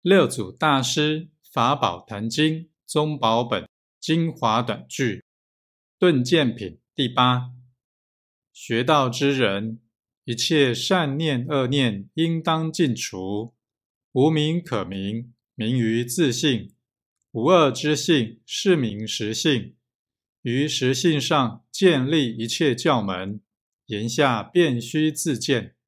六祖大师法宝坛经宗宝本精华短句顿渐品第8。学道之人，一切善念恶念应当尽除，无名可名，名于自性；无恶之性，是名实性。于实性上建立一切教门，言下便须自见。